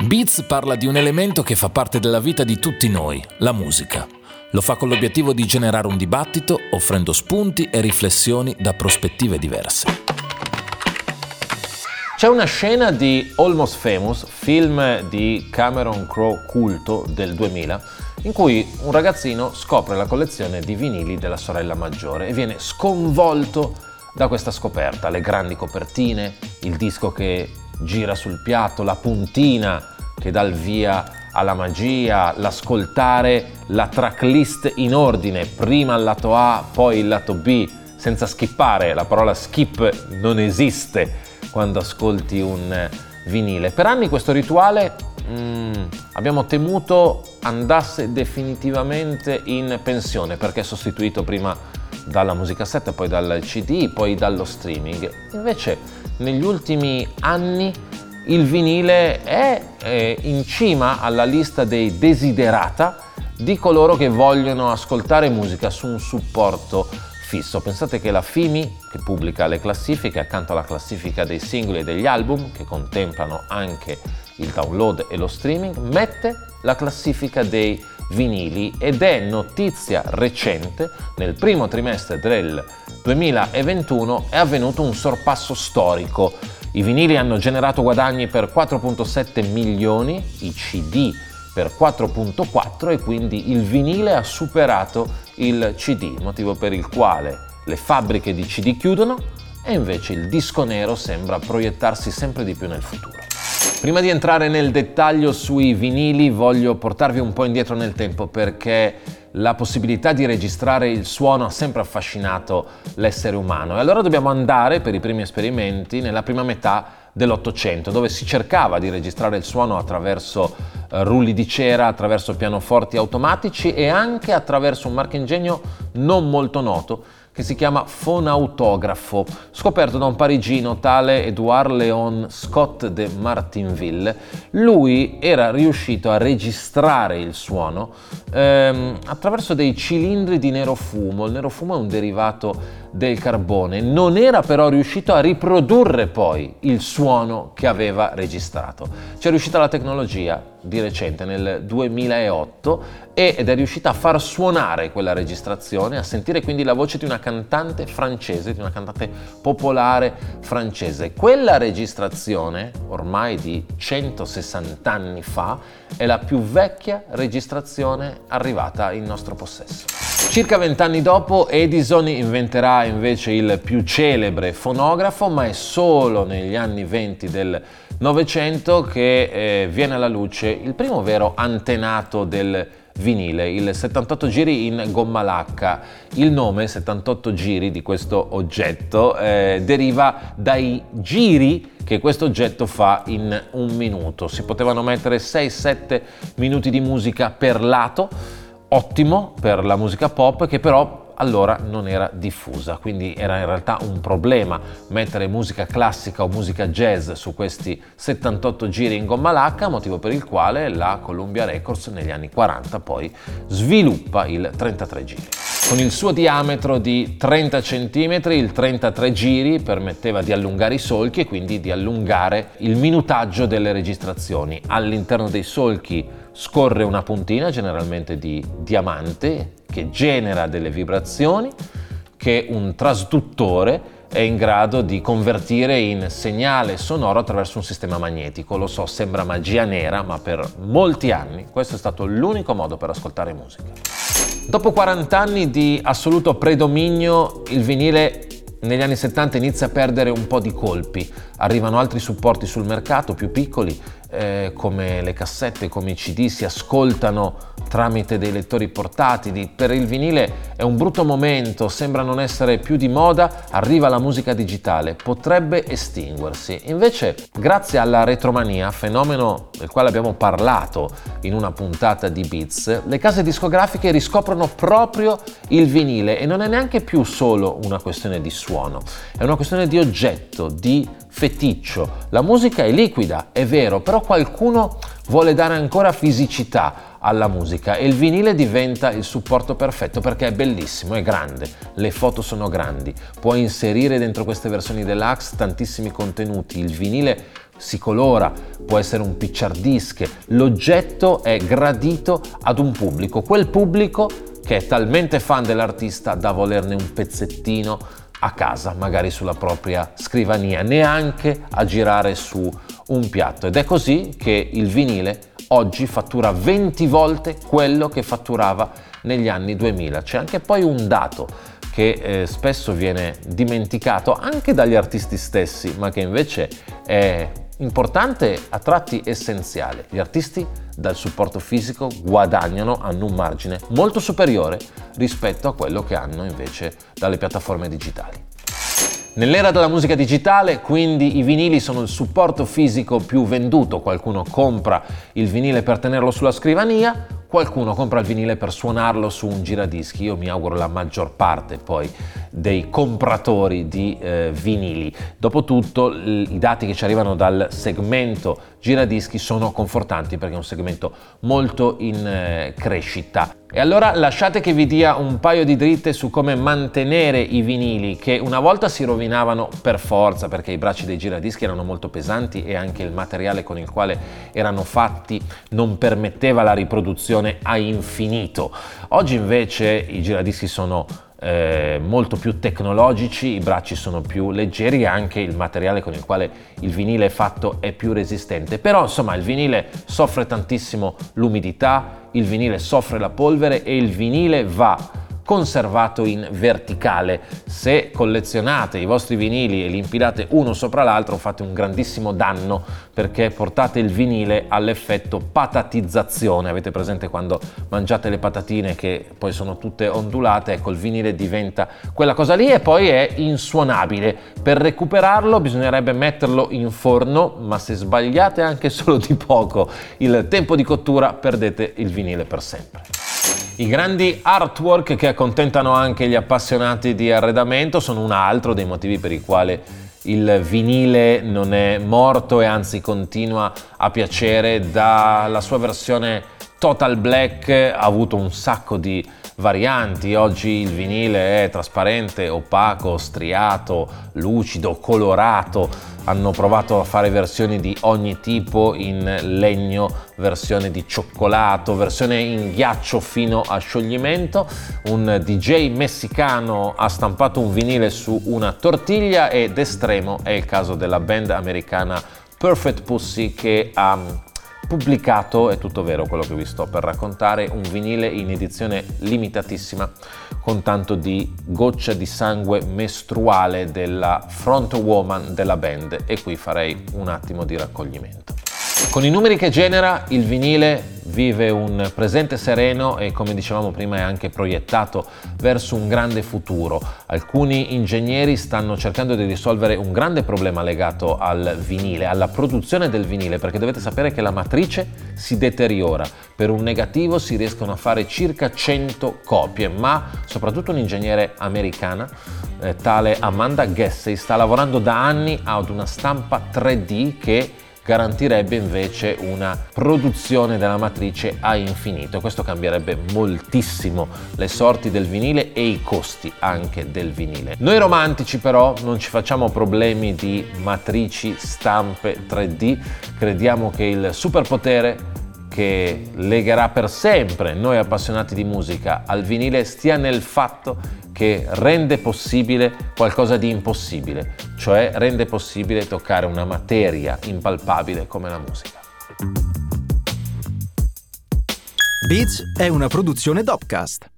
Beats parla di un elemento che fa parte della vita di tutti noi, la musica. Lo fa con l'obiettivo di generare un dibattito, offrendo spunti e riflessioni da prospettive diverse. C'è una scena di Almost Famous, film di Cameron Crowe culto del 2000, in cui un ragazzino scopre la collezione di vinili della sorella maggiore e viene sconvolto da questa scoperta. Le grandi copertine, il disco che gira sul piatto, la puntina che dà il via alla magia, l'ascoltare la tracklist in ordine, prima il lato A, poi il lato B, senza skippare. La parola skip non esiste quando ascolti un vinile. Per anni questo rituale abbiamo temuto andasse definitivamente in pensione, perché è sostituito prima dalla musicassetta, poi dal CD, poi dallo streaming. Invece negli ultimi anni il vinile è in cima alla lista dei desiderata di coloro che vogliono ascoltare musica su un supporto fisso. Pensate che la FIMI, che pubblica le classifiche, accanto alla classifica dei singoli e degli album, che contemplano anche il download e lo streaming, mette la classifica dei vinili, ed è notizia recente, nel primo trimestre del 2021 è avvenuto un sorpasso storico. I vinili hanno generato guadagni per 4,7 milioni, i CD per 4,4, e quindi il vinile ha superato il CD, motivo per il quale le fabbriche di CD chiudono e invece il disco nero sembra proiettarsi sempre di più nel futuro. Prima di entrare nel dettaglio sui vinili voglio portarvi un po' indietro nel tempo, perché la possibilità di registrare il suono ha sempre affascinato l'essere umano, e allora dobbiamo andare per i primi esperimenti nella prima metà dell'Ottocento, dove si cercava di registrare il suono attraverso rulli di cera, attraverso pianoforti automatici e anche attraverso un marchingegno non molto noto che si chiama fonautografo, scoperto da un parigino tale Edouard Léon Scott de Martinville. Lui era riuscito a registrare il suono attraverso dei cilindri di nerofumo. Il nerofumo è un derivato del carbone, non era però riuscito a riprodurre poi il suono che aveva registrato. C'è riuscita la tecnologia di recente, nel 2008, ed è riuscita a far suonare quella registrazione, a sentire quindi la voce di una cantante francese, di una cantante popolare francese. Quella registrazione, ormai di 160 anni fa, è la più vecchia registrazione arrivata in nostro possesso. Circa 20 anni dopo, Edison inventerà invece il più celebre fonografo, ma è solo negli anni 20 del Novecento che viene alla luce il primo vero antenato del vinile, il 78 giri in gomma lacca. Il nome 78 giri di questo oggetto deriva dai giri che questo oggetto fa in un minuto. Si potevano mettere 6-7 minuti di musica per lato, ottimo per la musica pop, che però allora non era diffusa, quindi era in realtà un problema mettere musica classica o musica jazz su questi 78 giri in gomma lacca, motivo per il quale la Columbia Records negli anni 40 poi sviluppa il 33 giri. Con il suo diametro di 30 cm, il 33 giri permetteva di allungare i solchi e quindi di allungare il minutaggio delle registrazioni. All'interno dei solchi scorre una puntina, generalmente di diamante, che genera delle vibrazioni che un trasduttore è in grado di convertire in segnale sonoro attraverso un sistema magnetico. Lo so, sembra magia nera, ma per molti anni questo è stato l'unico modo per ascoltare musica. Dopo 40 anni di assoluto predominio, il vinile negli anni 70 inizia a perdere un po' di colpi. Arrivano altri supporti sul mercato più piccoli, come le cassette, come i CD, si ascoltano tramite dei lettori portatili. Per il vinile è un brutto momento, sembra non essere più di moda, arriva la musica digitale, potrebbe estinguersi. Invece, grazie alla retromania, fenomeno del quale abbiamo parlato in una puntata di Beats, le case discografiche riscoprono proprio il vinile, e non è neanche più solo una questione di suono, è una questione di oggetto, di feticcio. La musica è liquida, è vero, però qualcuno vuole dare ancora fisicità alla musica e il vinile diventa il supporto perfetto, perché è bellissimo, è grande, le foto sono grandi, puoi inserire dentro queste versioni deluxe tantissimi contenuti. Il vinile si colora, può essere un picture disc, l'oggetto è gradito ad un pubblico, quel pubblico che è talmente fan dell'artista da volerne un pezzettino a casa, magari sulla propria scrivania, neanche a girare su un piatto. Ed è così che il vinile oggi fattura 20 volte quello che fatturava negli anni 2000. C'è anche poi un dato che spesso viene dimenticato anche dagli artisti stessi, ma che invece è importante, a tratti essenziale. Gli artisti dal supporto fisico hanno un margine molto superiore rispetto a quello che hanno invece dalle piattaforme digitali. Nell'era della musica digitale, quindi, i vinili sono il supporto fisico più venduto. Qualcuno compra il vinile per tenerlo sulla scrivania, qualcuno compra il vinile per suonarlo su un giradischi. Io mi auguro la maggior parte poi dei compratori di vinili. Dopotutto i dati che ci arrivano dal segmento giradischi sono confortanti, perché è un segmento molto in crescita. E allora lasciate che vi dia un paio di dritte su come mantenere i vinili, che una volta si rovinavano per forza perché i bracci dei giradischi erano molto pesanti e anche il materiale con il quale erano fatti non permetteva la riproduzione a infinito. Oggi invece i giradischi sono molto più tecnologici, i bracci sono più leggeri e anche il materiale con il quale il vinile è fatto è più resistente. Però insomma il vinile soffre tantissimo l'umidità, il vinile soffre la polvere e il vinile va conservato in verticale. Se collezionate i vostri vinili e li impilate uno sopra l'altro fate un grandissimo danno, perché portate il vinile all'effetto patatizzazione. Avete presente quando mangiate le patatine che poi sono tutte ondulate? Ecco, il vinile diventa quella cosa lì e poi è insuonabile. Per recuperarlo bisognerebbe metterlo in forno, ma se sbagliate anche solo di poco il tempo di cottura perdete il vinile per sempre. I grandi artwork che accontentano anche gli appassionati di arredamento sono un altro dei motivi per i quali il vinile non è morto e anzi continua a piacere. Dalla sua versione Total Black ha avuto un sacco di varianti. Oggi il vinile è trasparente, opaco, striato, lucido, colorato. Hanno provato a fare versioni di ogni tipo, in legno, versione di cioccolato, versione in ghiaccio fino a scioglimento. Un DJ messicano ha stampato un vinile su una tortiglia ed estremo è il caso della band americana Perfect Pussy, che ha pubblicato, è tutto vero quello che vi sto per raccontare, un vinile in edizione limitatissima con tanto di goccia di sangue mestruale della frontwoman della band, e qui farei un attimo di raccoglimento. Con i numeri che genera, il vinile vive un presente sereno e, come dicevamo prima, è anche proiettato verso un grande futuro. Alcuni ingegneri stanno cercando di risolvere un grande problema legato al vinile, alla produzione del vinile, perché dovete sapere che la matrice si deteriora. Per un negativo si riescono a fare circa 100 copie, ma soprattutto un'ingegnere americana, tale Amanda Gessey, sta lavorando da anni ad una stampa 3D che garantirebbe invece una produzione della matrice a infinito. Questo cambierebbe moltissimo le sorti del vinile e i costi anche del vinile. Noi romantici però non ci facciamo problemi di matrici, stampe 3D, crediamo che il superpotere che legherà per sempre noi appassionati di musica al vinile stia nel fatto che rende possibile qualcosa di impossibile, cioè rende possibile toccare una materia impalpabile come la musica. Beats è una produzione Dopcast.